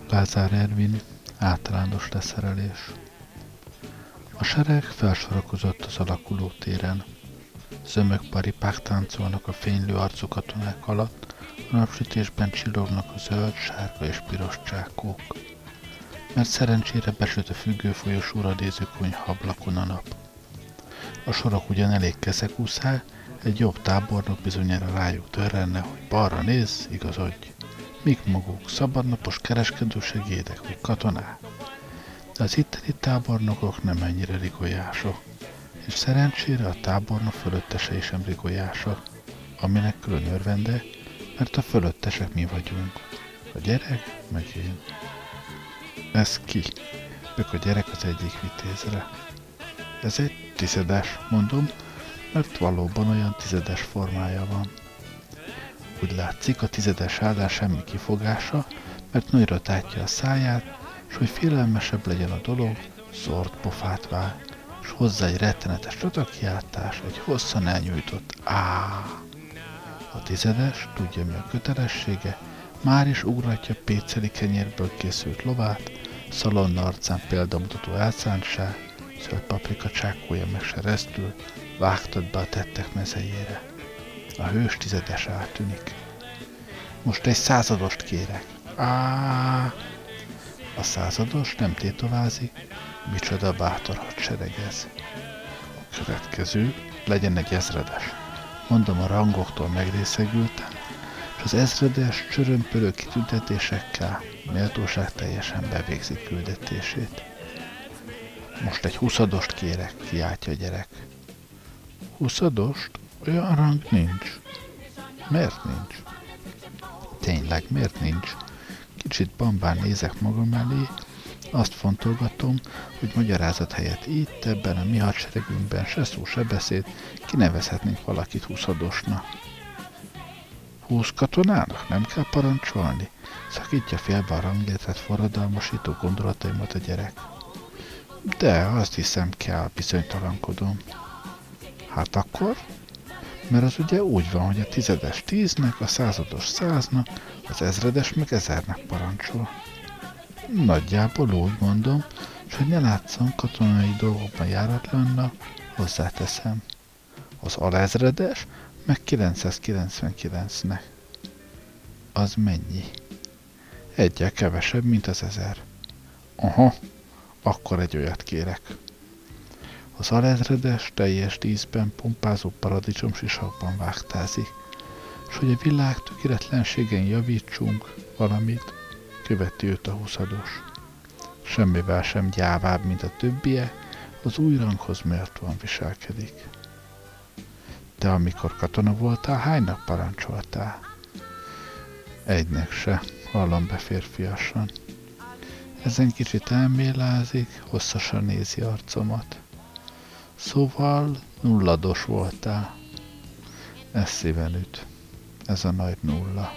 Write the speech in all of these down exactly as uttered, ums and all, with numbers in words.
Lázár Ervin, általános leszerelés. A sereg felsorakozott az alakuló téren. Zömök paripák táncolnak a fénylő arcú katonák alatt, a napsütésben csillognak a zöld, sárga és piros csákók. Mert szerencsére besüt a függő folyosóra néző konyha ablakon a nap. A sorok ugyan elég keszekúszál, egy jobb tábornok bizonyára rájuk törrenne, hogy balra nézz, igazodj. Mik maguk, szabadnapos kereskedősegédek vagy katonák. De az itteni tábornokok nem ennyire rigolyások, és szerencsére a tábornok fölöttesei sem rigolyások, aminek külön örvende, mert a fölöttesek mi vagyunk. A gyerek, meg én. Ez ki? Bök a gyerek az egyik vitézre. Ez egy tizedes, mondom, mert valóban olyan tizedes formája van. Úgy látszik, a tizedes állás semmi kifogása, mert nagyra tátja a száját, s hogy félelmesebb legyen a dolog, szort pofát vág, s hozzá egy rettenetes csatakiáltás, egy hosszan elnyújtott á. A tizedes, tudja mi a kötelessége, már is ugratja péceli kenyérből készült lovát, szalonna arcán példamutató elszántság, zöld paprika csákója meg seresztül, vágtad be a tettek mezejére. A hős tizedes eltűnik. Most egy századost kérek. Á! A százados nem tétovázik, micsoda bátor hadsereg ez. A következő legyen egy ezredes. Mondom a rangoktól megrészegülten, és az ezredes csörömpölő kitüntetésekkel méltóság teljesen bevégzi küldetését. Most egy huszadost kérek, kiáltja a gyerek. Huszadost? Olyan rang nincs. Miért nincs? Tényleg, miért nincs? Kicsit bambán nézek magam elé, azt fontolgatom, hogy magyarázat helyett itt, ebben a mi hadseregünkben se szó, se beszéd, kinevezhetnénk valakit huszadosnak. Húsz katonának nem kell parancsolni? Szakítja félbe a ranglétret forradalmasító gondolataimat a gyerek. De, azt hiszem kell, bizonytalankodom. Hát akkor? Mert az ugye úgy van, hogy a tizedes tíznek, a százados száznak, az ezredes meg ezernek parancsol. Nagyjából úgy mondom, és hogy ne látszom katonai dolgokban járatlannak, hozzáteszem. Az alezredes meg kilencszázkilencvenkilencnek. Az mennyi? Egyel kevesebb, mint az ezer. Aha, akkor egy olyat kérek. Az alezredes teljes díszben pompázó paradicsomsisakban vágtázik, s hogy a világ tökéletlenségen javítsunk valamit, követi őt a huszados. Semmivel sem gyávább, mint a többie, az új ranghoz méltóan viselkedik. De amikor katona voltál, hánynak parancsoltál? Egynek se, vallom be férfiasan. Ezen kicsit elmélázik, hosszasan nézi arcomat. Szóval nullados voltál. Ez szíven üt. Ez a nagy nulla.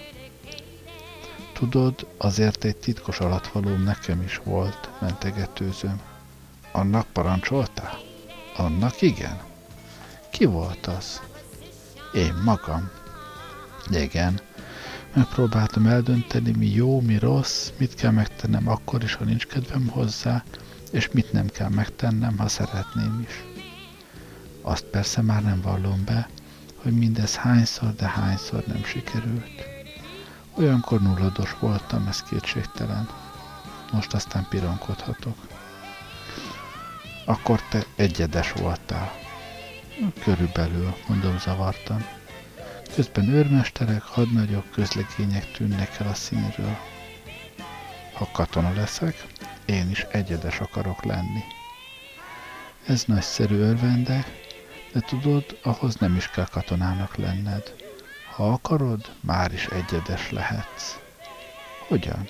Tudod, azért egy titkos alatvalóm nekem is volt, mentegetőzöm. Annak parancsoltál? Annak igen. Ki volt az? Én magam. Igen. Megpróbáltam eldönteni, mi jó, mi rossz, mit kell megtennem akkor is, ha nincs kedvem hozzá, és mit nem kell megtennem, ha szeretném is. Azt persze már nem vallom be, hogy mindez hányszor, de hányszor nem sikerült. Olyankor nullados voltam, ez kétségtelen. Most aztán pironkodhatok. Akkor te egyedes voltál. Körülbelül, mondom zavartan. Közben őrmesterek, hadnagyok, közlegények tűnnek el a színről. Ha katona leszek, én is egyedes akarok lenni. Ez nagyszerű örvendek, de tudod, ahhoz nem is kell katonának lenned. Ha akarod, már is egyedes lehetsz. Hogyan?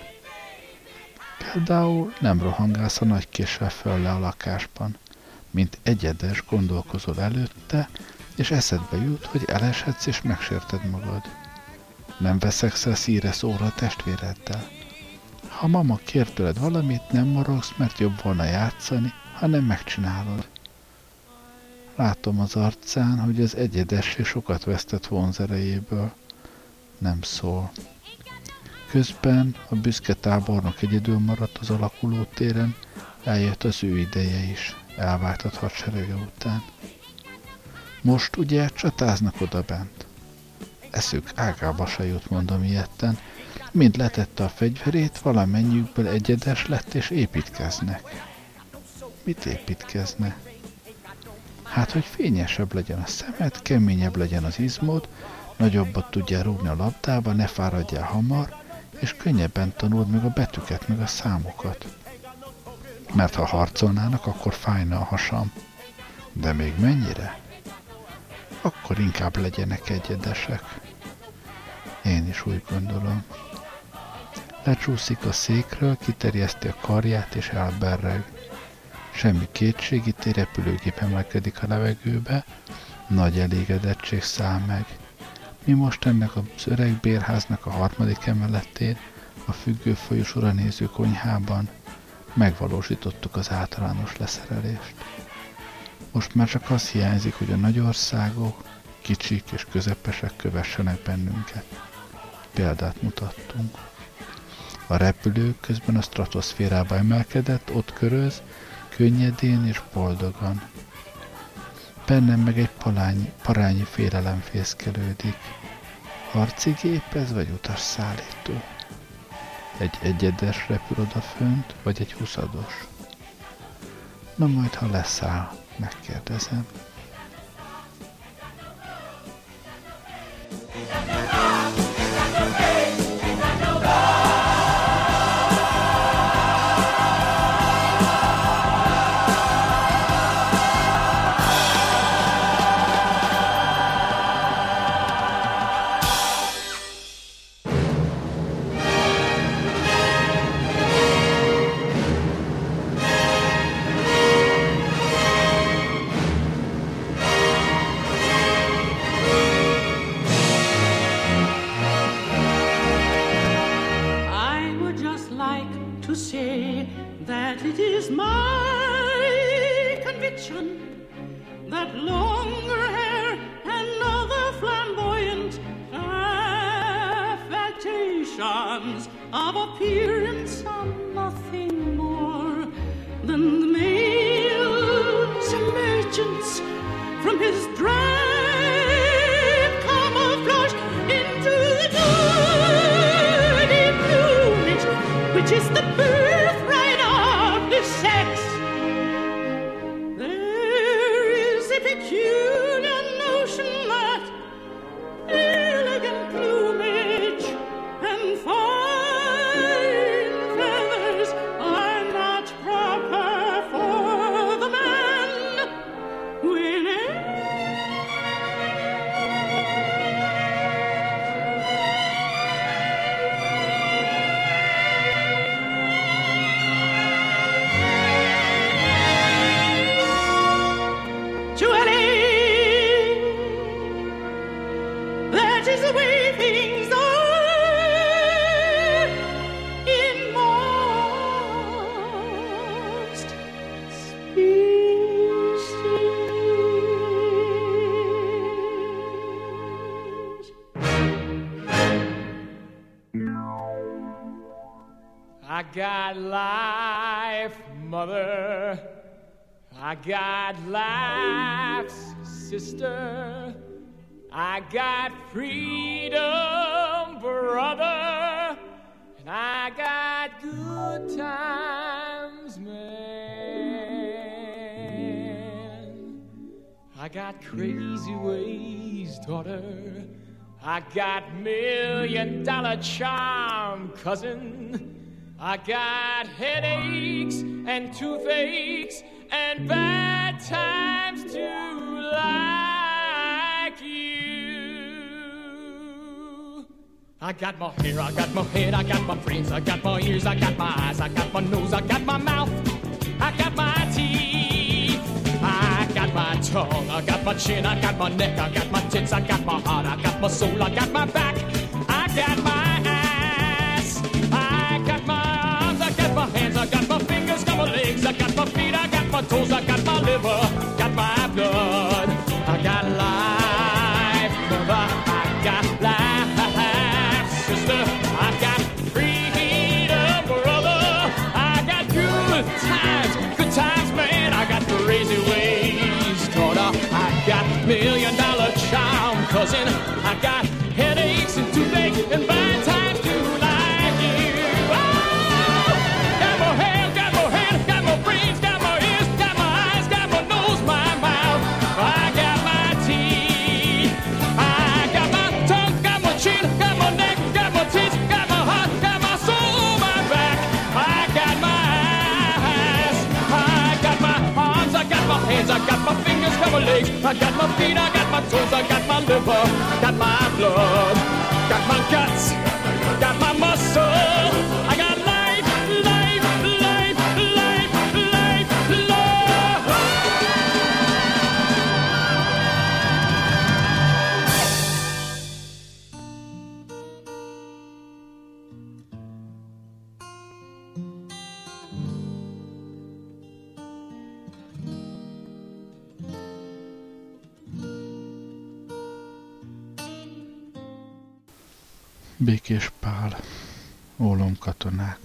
Például nem rohangálsz a nagy késsel föl le a lakásban, mint egyedes gondolkozol előtte, és eszedbe jut, hogy eleshetsz és megsérted magad. Nem veszekszel szíre szóra a testvéreddel. Ha mama kér tőled valamit, nem morogsz, mert jobb volna játszani, hanem megcsinálod. Látom az arcán, hogy az egyedesség sokat vesztett vonzerejéből. Nem szól. Közben a büszke tábornok egyedül maradt az alakuló téren, eljött az ő ideje is, elváltott hadserege után. Most ugye csatáznak odabent. Eszük ágába se jut, mondom ilyetten. Mind letette a fegyverét, valamennyiükből egyedes lett, és építkeznek. Mit építkezne? Hát, hogy fényesebb legyen a szemed, keményebb legyen az izmod, nagyobbat tudjál rúgni a labdába, ne fáradjál hamar, és könnyebben tanuld meg a betűket, meg a számokat. Mert ha harcolnának, akkor fájna a hasam. De még mennyire? Akkor inkább legyenek egyedesek. Én is úgy gondolom. Lecsúszik a székről, kiterjeszti a karját és elberreg. Semmi kétség, itt egy repülőgép emelkedik a levegőbe, nagy elégedettség száll meg. Mi most ennek az öreg bérháznak a harmadik emeletén, a függő folyosóra néző konyhában megvalósítottuk az általános leszerelést. Most már csak az hiányzik, hogy a nagy országok, kicsik és közepesek kövessenek bennünket. Példát mutattunk. A repülő közben a stratoszférába emelkedett, ott köröz, könnyedén és boldogan. Bennem meg egy palányi, parányi félelem fészkelődik. Harci gép ez, vagy utasszállító? Egy egyedes repül odafönt, vagy egy huszados? Na majd, ha leszáll, megkérdezem. Of appearance are nothing more than the male's emergence from his drab camouflage into the dirty plumage, which is the birthright of the sex. There is a peculiar notion that elegant plumage and fine I got life, mother. I got life's sister. I got freedom, brother. And I got good times, man. I got crazy ways, daughter. I got million dollar charm, cousin. I got headaches and toothaches and bad times too, like you. I got my hair, I got my head, I got my brains, I got my ears, I got my eyes, I got my nose, I got my mouth, I got my teeth, I got my tongue, I got my chin, I got my neck, I got my tits, I got my heart, I got my soul, I got my back, I got my ass, I got my arms, I got my hands, I got my fingers, got my legs, I got my feet, I got my toes, I got my liver, got my blood, I got life, mother, I got life, sister, I got itching. I got headaches and toothaches and bad times too like you. Oh, got more hair, got more hands, got more brains, got more ears, got my eyes, got my nose, my mouth. I got my teeth, I got my tongue, got my chin, got my neck, got my teeth, got my heart, got my soul, my back. I got my eyes, I got my arms, I got my hands, I got my fingers, got my legs, I got my feet, I got my toes, I got my liver, got my blood, got my guts, got my muscle, I got life, life, life, life, life, love. Békés Pál, ólomkatonák.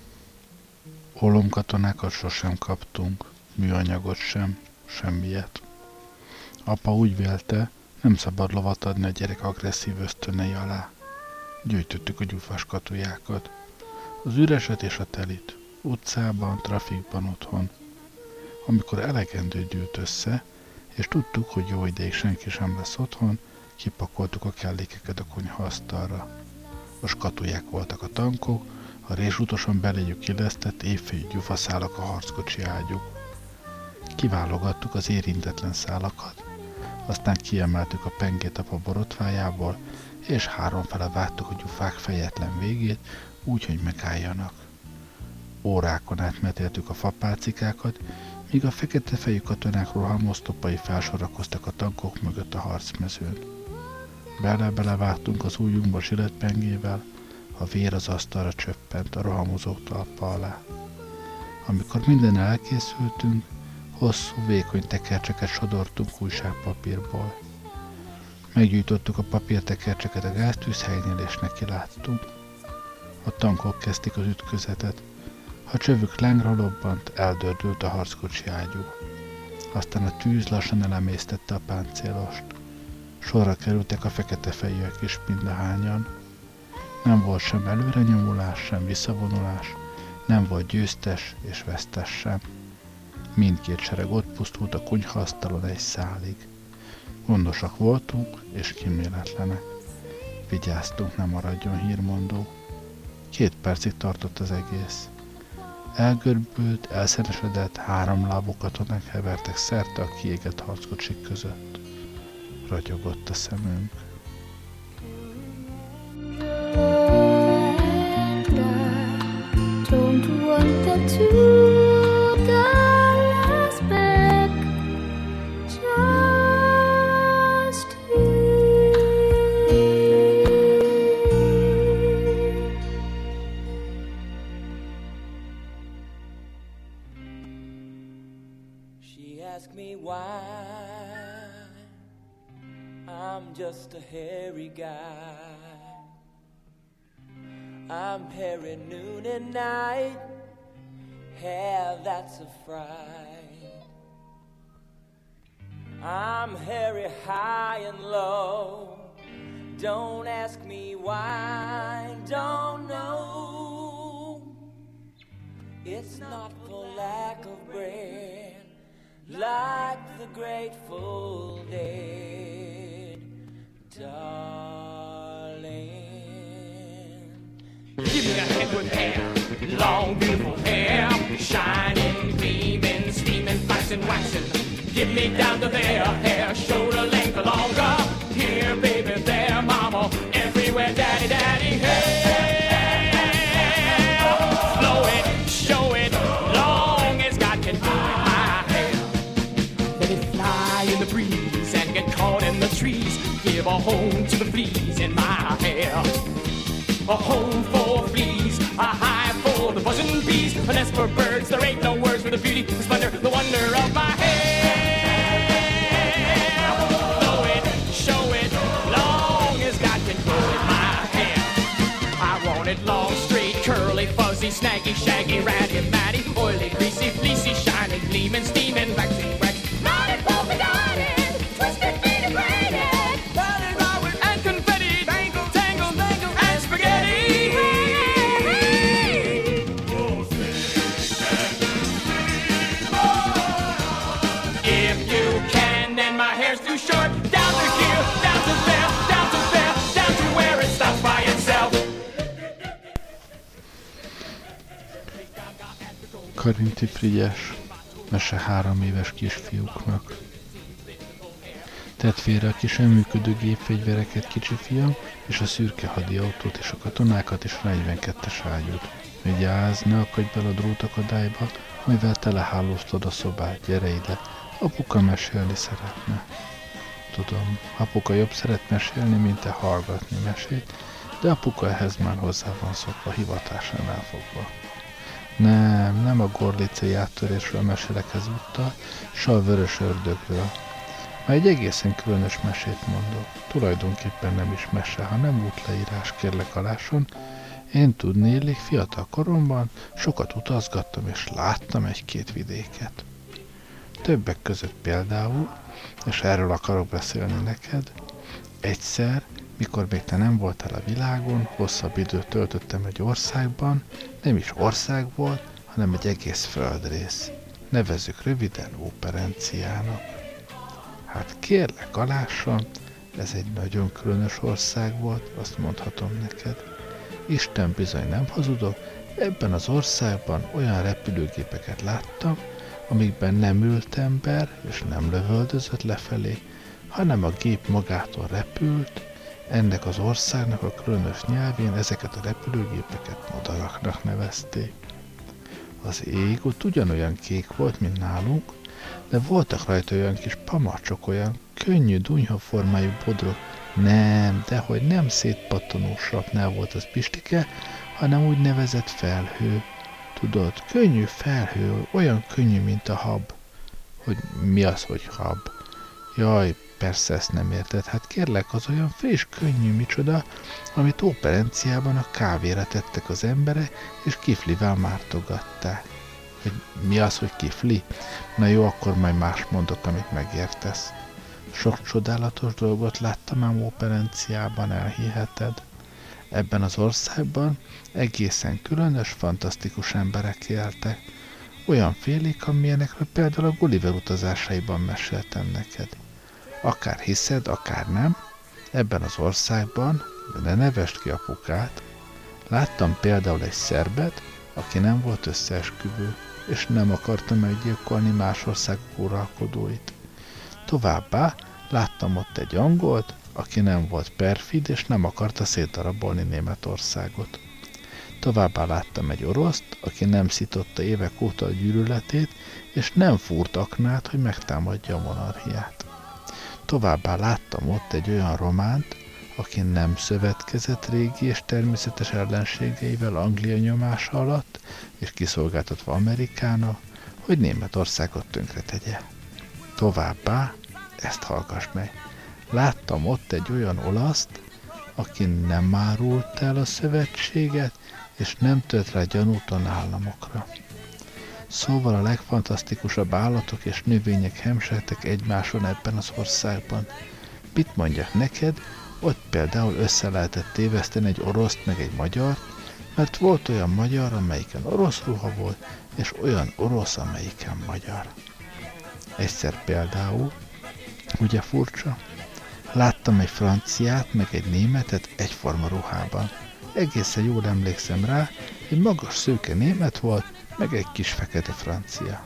Ólomkatonákat sosem kaptunk, műanyagot sem, semmiet. Apa úgy vélte, nem szabad lovat adni a gyerek agresszív ösztönei alá. Gyűjtöttük a gyufás katujákat. Az üreset és a telit, utcában, trafikban, otthon. Amikor elegendő gyűlt össze, és tudtuk, hogy jó ideig senki sem lesz otthon, kipakoltuk a kellékeket a konyhaasztalra. A skatuják voltak a tankok, a résútosan beléjük illesztett évfejű gyufaszálak a harckocsi ágyuk. Kiválogattuk az érintetlen szálakat, aztán kiemeltük a pengét apa borotvájából, és háromfele vágtuk a gyufák fejetlen végét, úgy, hogy megálljanak. Órákon át metéltük a fapálcikákat, míg a fekete fejű katonák rohamosztopai felsorakoztak a tankok mögött a harcmezőn. Bele-bele vágtunk az ujjunkba zsilletpengével, a vér az asztalra csöppent a rohamozók talpa alá. Amikor minden elkészültünk, hosszú, vékony tekercseket sodortunk újságpapírból. Meggyújtottuk a papírtekercseket a gáztűzhelynél, és neki láttunk. A tankok kezdték az ütközetet. Ha csövük lángra lobbant, eldördült a harckocsi ágyú. Aztán a tűz lassan elemésztette a páncélost. Sorra kerültek a fekete fejűek is mindahányan. Nem volt sem előrenyomulás, sem visszavonulás, nem volt győztes és vesztes sem. Mindkét sereg ott pusztult a konyhaasztalon egy szálig. Gondosak voltunk és kíméletlenek. Vigyáztunk, nem maradjon hírmondó. Két percig tartott az egész. Elgörbült, elszenesedett, háromlábú katonák hevertek szerte a kiégett harckocsik között. Ragyogott a szemünk. Don't want that to us back. Just you. She asked me why I'm just a hairy guy. I'm hairy noon and night, hair that's a fright. I'm hairy high and low, don't ask me why, don't know. It's not for lack of bread, like the Grateful Dead, darling. Give me a head with hair, long beautiful hair, shining, gleaming, steaming, flashing, waxing. Give me down to there, hair, shoulder length or longer. Here, baby, there, mama, everywhere, daddy, daddy, hair. Blow it, show it, long as God can do it, my hair. Let it fly in the breeze and get caught in the trees. Give a home to the fleas in my hair. A home for fleas, a hive for the buzzing bees, a nest for birds, there ain't no words for the beauty, the splendor, the wonder of my hair. Blow it, show it, long as God can grow it, my hair. I want it long, straight, curly, fuzzy, snaggy, shaggy, ratty, matty, oily, greasy, fleecy, shining, gleaming, steaming, waxing, waxing. Knotted, polka dotted, twisted, beaded, braided, dotted, dotted, Karinti Frigyes, mese három éves kisfiúknak. Tedd félre a ki sem működő gépfegyvereket, kicsi fiam, és a szürke hadiautót és a katonákat és a negyvenkettes ágyút. Vigyázz, ne akadj bele a drótakadályba, mivel telehálóztad a szobát, gyere ide, apuka mesélni szeretne. Tudom, apuka jobb szeret mesélni, mint te hallgatni mesét, de apuka ehhez már hozzá van szokva, hivatásánál fogva. Nem, nem a gorlicei áttörésről mesélek ezúttal, s a vörös ördögről. Már egy egészen különös mesét mondok. Tulajdonképpen nem is mese, hanem útleírás, kérlek aláson. Én tudnélik, fiatal koromban sokat utazgattam, és láttam egy-két vidéket. Többek között például, és erről akarok beszélni neked, egyszer, mikor még te nem voltál a világon, hosszabb időt töltöttem egy országban, nem is ország volt, hanem egy egész földrész. Nevezzük röviden Operenciának. Hát kérlek alásson, ez egy nagyon különös ország volt, azt mondhatom neked. Isten bizony nem hazudok, ebben az országban olyan repülőgépeket láttam, amikben nem ült ember, és nem lövöldözött lefelé, hanem a gép magától repült. Ennek az országnak a különös nyelvén ezeket a repülőgépeket madaraknak nevezték. Az ég ott ugyanolyan kék volt, mint nálunk, de voltak rajta olyan kis pamacsok, olyan könnyű, dunyha formájú bodrok. Nem, dehogy nem szétpattanó sapnál volt az Pistike, hanem úgy nevezett felhő. Tudod, könnyű felhő, olyan könnyű, mint a hab. Hogy mi az, hogy hab? Jaj, persze ezt nem érted. Hát kérlek, az olyan friss, könnyű micsoda, amit Operenciában a kávéra tettek az emberek, és kiflivel mártogatták. Hogy mi az, hogy kifli? Na jó, akkor majd más mondok, amit megértesz. Sok csodálatos dolgot láttam ám Operenciában, elhiheted. Ebben az országban egészen különös, fantasztikus emberek éltek. Olyan félék, amilyenekről például a Gulliver utazásaiban meséltem neked. Akár hiszed, akár nem, ebben az országban, de ne nevesd ki apukát, láttam például egy szerbet, aki nem volt összeesküvő, és nem akarta meggyilkolni más országok uralkodóit. Továbbá láttam ott egy angolt, aki nem volt perfid, és nem akarta szétdarabolni Németországot. Továbbá láttam egy oroszt, aki nem szította évek óta a gyűlöletét, és nem fúrt aknát, hogy megtámadja a monarchiát. Továbbá láttam ott egy olyan románt, aki nem szövetkezett régi és természetes ellenségeivel Anglia nyomása alatt, és kiszolgáltatva Amerikának, hogy Németországot tönkretegye. Továbbá, ezt hallgass meg, láttam ott egy olyan olaszt, aki nem árult el a szövetséget, és nem tört rá gyanútlan államokra. Szóval a legfantasztikusabb állatok és növények hemseltek egymáson ebben az országban. Mit mondjak neked, ott például össze lehetett téveszteni egy oroszt meg egy magyart, mert volt olyan magyar, amelyiken orosz ruha volt, és olyan orosz, amelyiken magyar. Egyszer például, ugye furcsa, láttam egy franciát, meg egy németet egyforma ruhában. Egészen jól emlékszem rá, egy magas szőke német volt, meg egy kis fekete francia.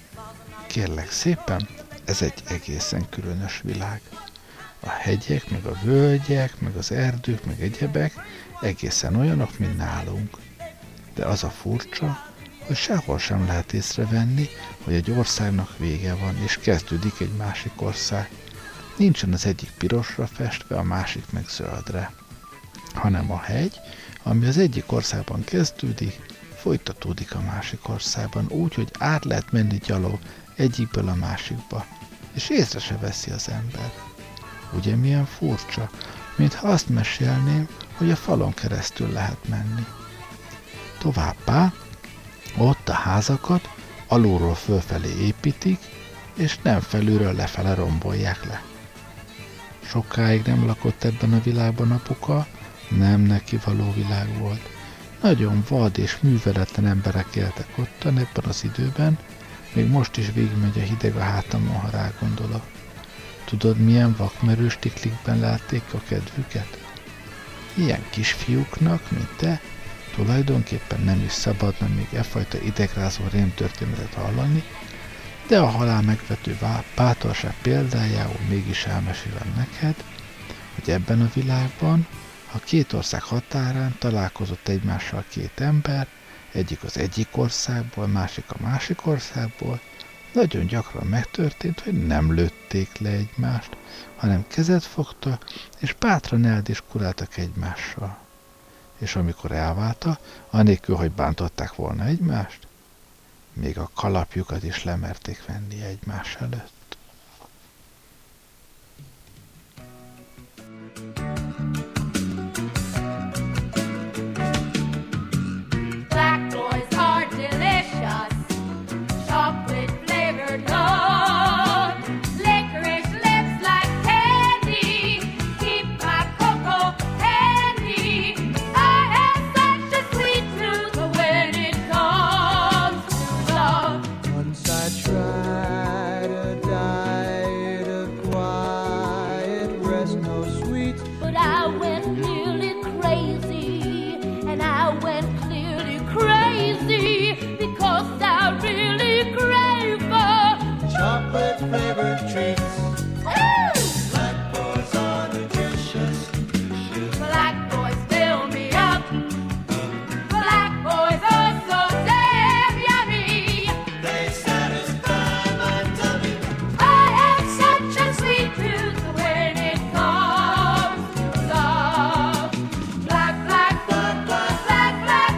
Kérlek szépen, ez egy egészen különös világ. A hegyek, meg a völgyek, meg az erdők, meg egyebek egészen olyanok, mint nálunk. De az a furcsa, hogy sehol sem lehet észrevenni, hogy egy országnak vége van, és kezdődik egy másik ország. Nincsen az egyik pirosra festve, a másik meg zöldre. Hanem a hegy, ami az egyik országban kezdődik, folytatódik a másik országban, úgy, hogy át lehet menni gyalog egyikből a másikba, és észre se veszi az ember. Ugye milyen furcsa, mintha azt mesélném, hogy a falon keresztül lehet menni. Továbbá, ott a házakat alulról fölfelé építik, és nem felülről lefele rombolják le. Sokáig nem lakott ebben a világban apuka, nem neki való világ volt. Nagyon vad és műveletlen emberek éltek ottan ebben az időben, még most is végigmegy a hideg a hátamon, ha rágondolok. Tudod, milyen vakmerős tiklikben lelték a kedvüket? Ilyen kisfiúknak, mint te, Tulajdonképpen nem is szabadna még e fajta idegrázó rémtörténetet hallani, de a halál megvető bátorság példájául mégis elmesélem neked, hogy ebben a világban, ha két ország határán találkozott egymással két ember, egyik az egyik országból, másik a másik országból, nagyon gyakran megtörtént, hogy nem lőtték le egymást, hanem kezet fogtak, és bátran eldiskuráltak egymással. És amikor elválta, anélkül, hogy bántották volna egymást, még a kalapjukat is lemerték venni egymás előtt. Black, black, black, black, black, black,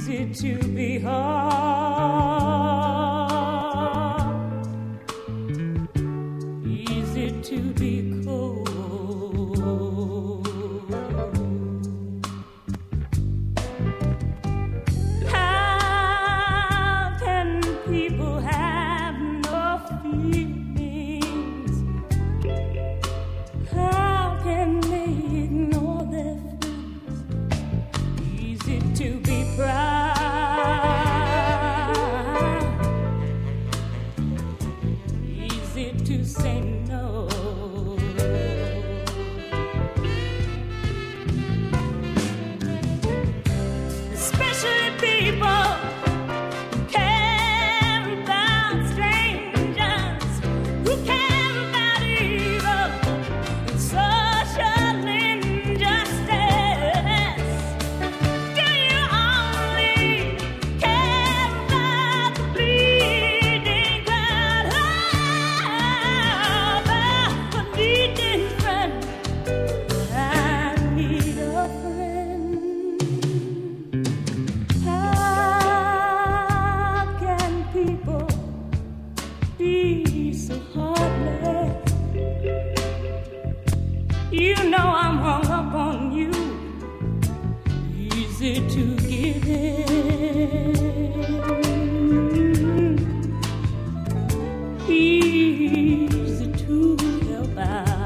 Easy to be hard, easy to be cold. How can people have no feelings? How can they ignore their friends? Easy to be proud, easy to say no. Especially people who care about strangers, who care about evil and social injustice. Do you only care about the bleeding crowd? Oh, the needing friend. I need a friend. How can people be so heartless? You know I'm hung up on you. Easy to give in, easy to help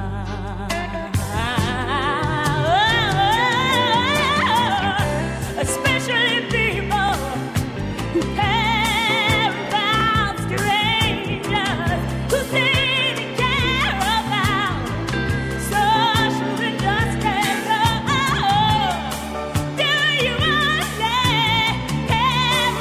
out. Especially people who care about strangers, who seem to care about social injustice. Oh, do you only care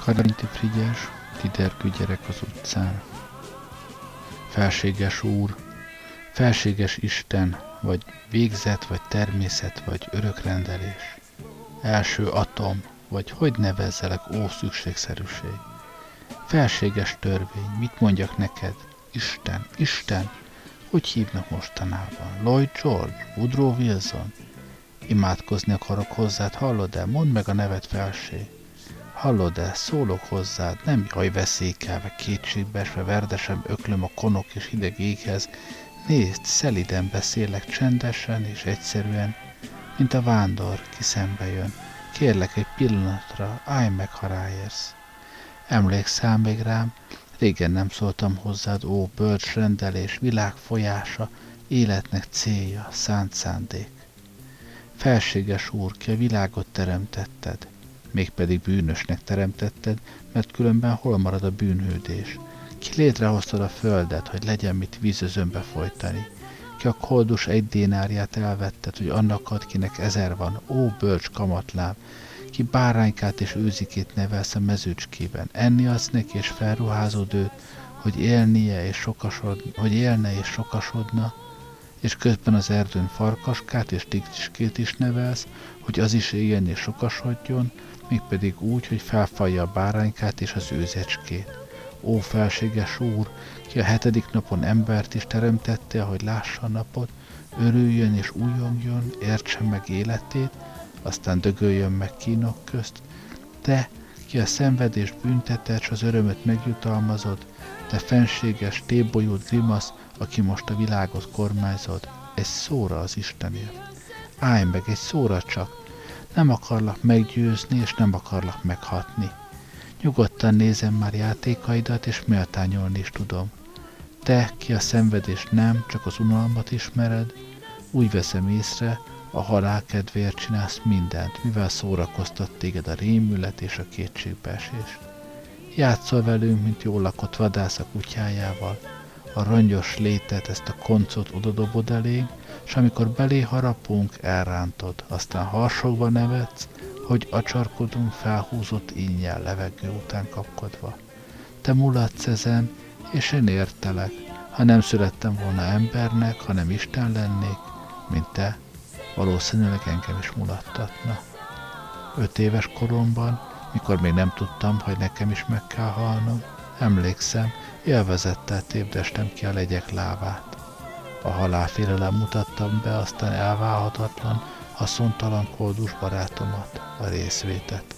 Karinti Frigyes, tiderkő gyerek az utcán. Felséges úr, felséges Isten, vagy végzet, vagy természet, vagy örökrendelés. Első atom, vagy hogy nevezzelek, ó szükségszerűség. Felséges törvény, mit mondjak neked? Isten, Isten, hogy hívnak mostanában? Lloyd George, Woodrow Wilson? Imádkozni akarok hozzád, hallod-e? Mondd meg a nevet, felség. Hallod-e? Szólok hozzád, nem jaj veszélykelve, kétségbeesve, verdesen öklöm a konok és hideg éghez. Nézd, szeliden beszélek, csendesen és egyszerűen, mint a vándor, ki szembe jön. Kérlek egy pillanatra, állj meg, ha ráérsz. Emlékszel még rám? Régen nem szóltam hozzád, ó, bölcs rendelés, világ folyása, életnek célja, szánt szándék. Felséges úr, ki a világot teremtetted, mégpedig bűnösnek teremtetted, mert különben hol marad a bűnhődés? Ki létrehoztad a földet, hogy legyen mit vízözönbe folytani? Ki a koldus egy dénáriát elvetted, hogy annak ad, kinek ezer van, ó, bölcs kamatlám, ki báránykát és őzikét nevelsz a mezőcskében, enni adsz neki és felruházod őt, hogy élnie és sokasod, hogy élne és sokasodna, és közben az erdőn farkaskát és tigriskét is nevelsz, hogy az is éljen és sokasodjon, mégpedig úgy, hogy felfalja a báránykát és az őzecskét. Ó, felséges úr, ki a hetedik napon embert is teremtette, hogy lássa a napot, örüljön és újongjon, értsen meg életét, aztán dögöljön meg kínok közt. Te, ki a szenvedést bünteted, s az örömöt megjutalmazod, te fenséges, tébolyult grimasz, aki most a világot kormányzod, egy szóra az Istenért. Állj meg, egy szóra csak, nem akarlak meggyőzni, és nem akarlak meghatni. Nyugodtan nézem már játékaidat, és méltányolni is tudom. Te, ki a szenvedést nem, csak az unalmat ismered, úgy veszem észre, a halál kedvéért csinálsz mindent, mivel szórakoztat téged a rémület és a kétségbeesés. Játszol velünk, mint jól lakott vadász a kutyájával, a rongyos létet, ezt a koncot odadobod elé, s amikor belé harapunk, elrántod, aztán harsogva nevetsz, hogy acsarkodunk felhúzott ínnyel levegő után kapkodva. Te mulatsz ezen, és én értelek, ha nem születtem volna embernek, hanem Isten lennék, mint te, valószínűleg engem is mulattatna. Öt éves koromban, mikor még nem tudtam, hogy nekem is meg kell halnom, emlékszem, élvezettel tépdestem ki a legyek lábát. A halálfélelem mutattam be, aztán elválhatatlan, haszontalan koldus barátomat, a részvétet.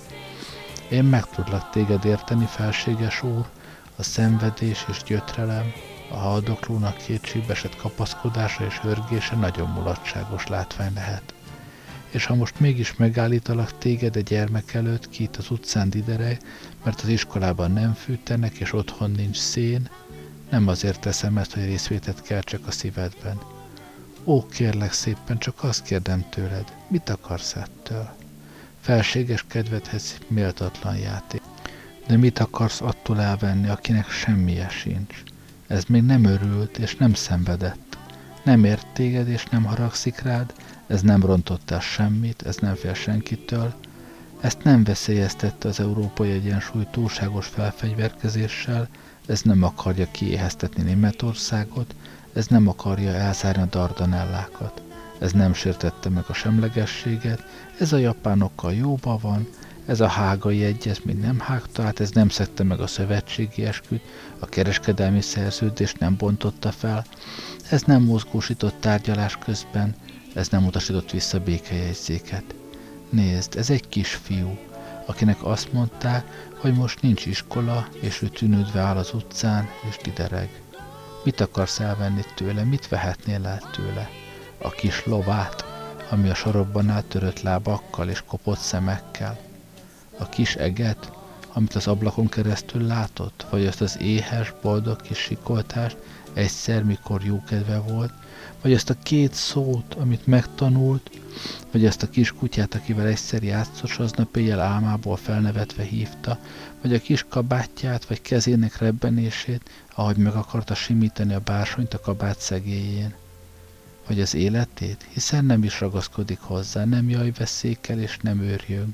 Én meg tudlak téged érteni, felséges úr, a szenvedés és gyötrelem, a haldoklónak kétségbeesett kapaszkodása és hörgése nagyon mulatságos látvány lehet. És ha most mégis megállítalak téged egy gyermek előtt, ki itt az utcán didereg, mert az iskolában nem fűtenek, és otthon nincs szén, nem azért teszem ezt, hogy részvétet keltsek a szívedben. Ó, kérlek szépen, csak azt kérdem tőled, mit akarsz ettől? Felséges kedvedhez méltatlan játék. De mit akarsz attól elvenni, akinek semmije sincs? Ez még nem örült és nem szenvedett. Nem ért téged és nem haragszik rád, ez nem rontott el semmit, ez nem fél senkitől. Ezt nem veszélyeztette az európai egyensúly túlságos felfegyverkezéssel, ez nem akarja kiéheztetni Németországot, ez nem akarja elzárni a Dardanellákat, ez nem sértette meg a semlegességet, ez a japánokkal jóba van, ez a hágai egyezmény nem hágta át, ez nem szegte meg a szövetségi esküt, a kereskedelmi szerződést nem bontotta fel, ez nem mozgósított tárgyalás közben, ez nem utasított vissza békejegyzéket. Nézd, ez egy kisfiú, akinek azt mondták, hogy most nincs iskola, és ő tűnődve áll az utcán, és didereg. Mit akarsz elvenni tőle, mit vehetnél el tőle? A kis lovát, ami a sarokban áttörött lábakkal és kopott szemekkel? A kis eget, amit az ablakon keresztül látott, vagy azt az éhes, boldog kis sikoltást egyszer, mikor jó kedve volt, vagy azt a két szót, amit megtanult, vagy azt a kis kutyát, akivel egyszer játszott, s aznap éjjel álmából felnevetve hívta, vagy a kis kabátját, vagy kezének rebbenését, ahogy meg akarta simítani a bársonyt a kabát szegélyén. Vagy az életét, hiszen nem is ragaszkodik hozzá, nem jaj veszékel és nem őrjöng,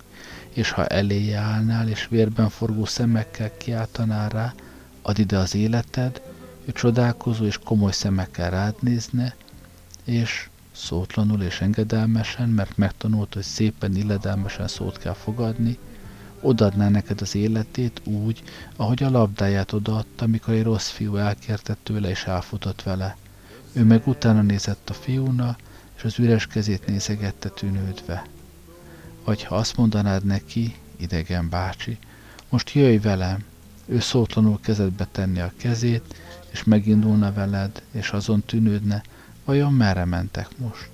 és ha eléje állnál, és vérben forgó szemekkel kiáltanál rá, add ide az életed, ő csodálkozó és komoly szemekkel rád nézne, és szótlanul és engedelmesen, mert megtanult, hogy szépen, illedelmesen szót kell fogadni, odaadná neked az életét úgy, ahogy a labdáját odaadta, amikor egy rossz fiú elkérte tőle és elfutott vele. Ő meg utána nézett a fiúnak, és az üres kezét nézegette tűnődve. Vagy ha azt mondanád neki, idegen bácsi, most jöjj velem, ő szótlanul kezedbe tenni a kezét, és megindulna veled, és azon tűnődne, vajon merre mentek most?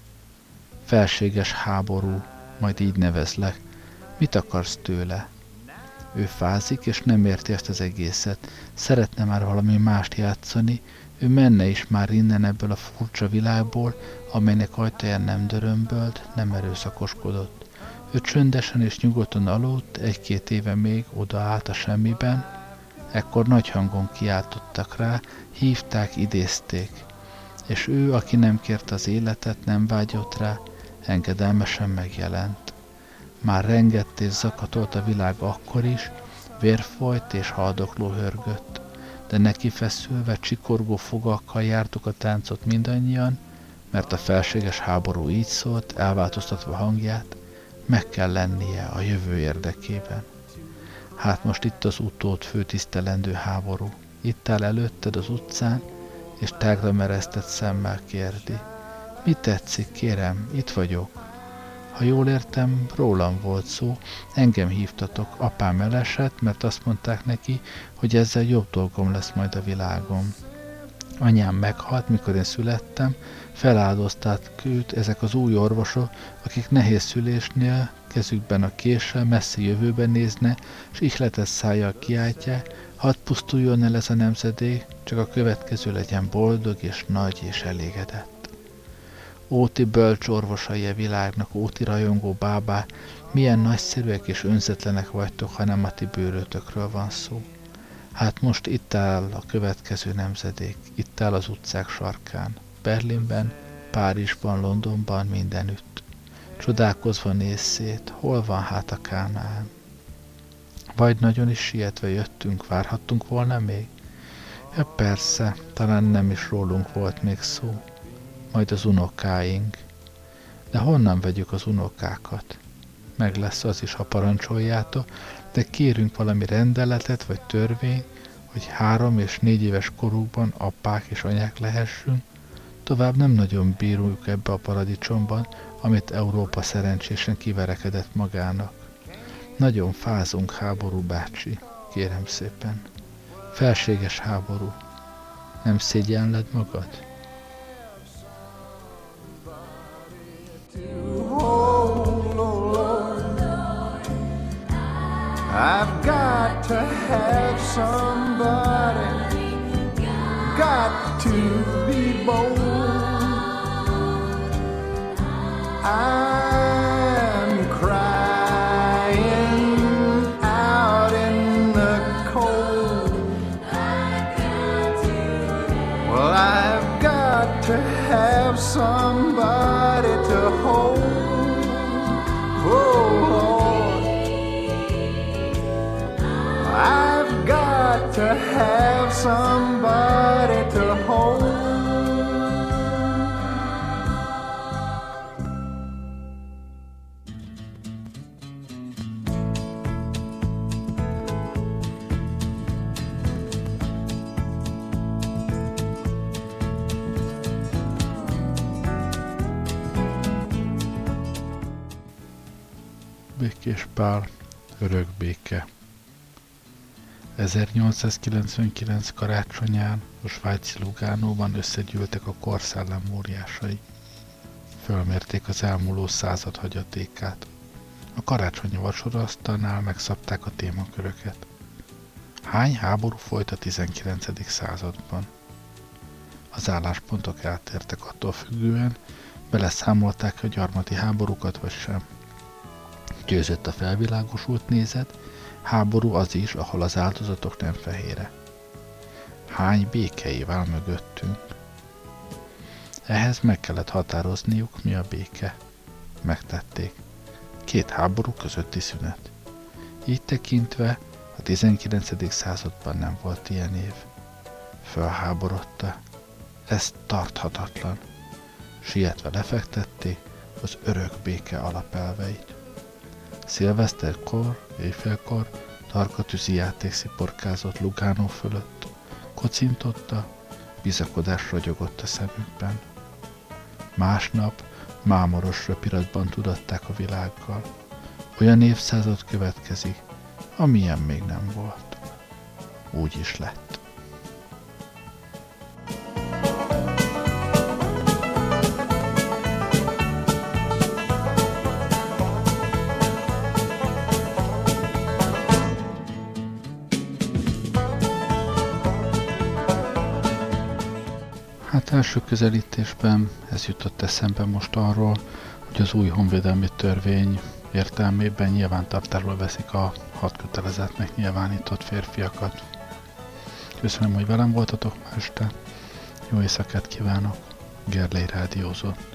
Felséges háború, majd így nevezlek. Mit akarsz tőle? Ő fázik, és nem érti ezt az egészet. Szeretne már valami mást játszani, ő menne is már innen ebből a furcsa világból, amelynek ajtaján nem dörömbölt, nem erőszakoskodott. Ő csöndesen és nyugodtan aludt, egy-két éve még odaállt a semmiben, ekkor nagy hangon kiáltottak rá, hívták, idézték. És ő, aki nem kérte az életet, nem vágyott rá, engedelmesen megjelent. Már rengett és zakatolt a világ akkor is, vér folyt és haldokló hörgött, de neki feszülve csikorgó fogakkal jártuk a táncot mindannyian, mert a felséges háború így szólt, elváltoztatva hangját, meg kell lennie a jövő érdekében. Hát most itt az utód főtisztelendő háború, itt áll előtted az utcán, és tágra meresztett szemmel kérdi. Mi tetszik, kérem, itt vagyok. Ha jól értem, rólam volt szó, engem hívtatok, apám elesett, mert azt mondták neki, hogy ezzel jobb dolgom lesz majd a világon. Anyám meghalt, mikor én születtem, feláldozták őt ezek az új orvosok, akik nehéz szülésnél, kezükben a késsel messzi jövőben nézne, s ihletes szájjal kiáltják, hadd pusztuljon el ez a nemzedék, csak a következő legyen boldog és nagy és elégedett. Óti bölcs orvosai a világnak, óti rajongó bábá, milyen nagyszerűek és önzetlenek vagytok, ha nem a ti bőrötökről van szó. Hát most itt áll a következő nemzedék, itt áll az utcák sarkán, Berlinben, Párizsban, Londonban, mindenütt. Csodálkozva néz szét, hol van hát a Kánaán? Vagy nagyon is sietve jöttünk, várhattunk volna még? Ja, persze, talán nem is rólunk volt még szó. Majd az unokáink. De honnan vegyük az unokákat? Meg lesz az is, ha parancsoljátok, de kérünk valami rendeletet vagy törvényt, hogy három és négy éves korukban apák és anyák lehessünk, tovább nem nagyon bírjuk ebbe a paradicsomban, amit Európa szerencsésen kiverekedett magának. Nagyon fázunk, háború bácsi, kérem szépen. Felséges háború. Nem szégyelled magad? I've got to have somebody, got to be bold. I'm crying out in the cold. Well, I've got to have somebody to hold. Oh, Lord, I've got to have somebody to hold. Békés Pál, örök béke. ezernyolcszázkilencvenkilenc karácsonyán a svájci Lugánóban összegyűltek a korszellem óriásai. Fölmérték az elmúló század hagyatékát. A karácsonyi vacsoraasztalnál megszabták a témaköröket. Hány háború folyt a tizenkilencedik században? Az álláspontok eltértek attól függően, beleszámolták a gyarmati háborúkat vagy sem. Győzött a felvilágosult nézet, háború az is, ahol az áldozatok nem fehére. Hány békei áll mögöttünk? Ehhez meg kellett határozniuk, mi a béke. Megtették. két háború közötti szünet. Így tekintve a tizenkilencedik században nem volt ilyen év. Fölháborodta. Ez tarthatatlan. Sietve lefektetti az örök béke alapelveit. Szilveszterkor, éjfélkor tarka tűzi játék sziporkázott Lugano fölött. Kocintotta, bizakodás ragyogott a szemükben. Másnap mámoros röpiratban tudatták a világgal. Olyan évszázad következik, amilyen még nem volt. Úgy is lett. Hát első közelítésben ez jutott eszembe most arról, hogy az új honvédelmi törvény értelmében nyilvántartásba veszik a hadkötelezettnek nyilvánított férfiakat. Köszönöm, hogy velem voltatok ma este. Jó éjszakát kívánok. Gerlei rádiózott.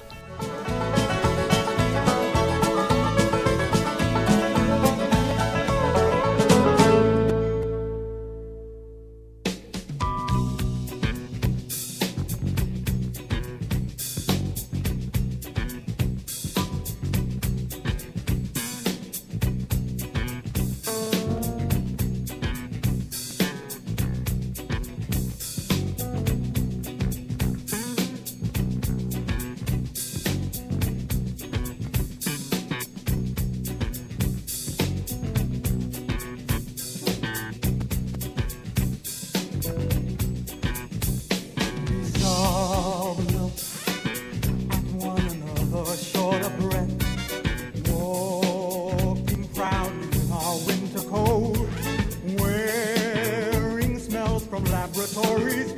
Laboratories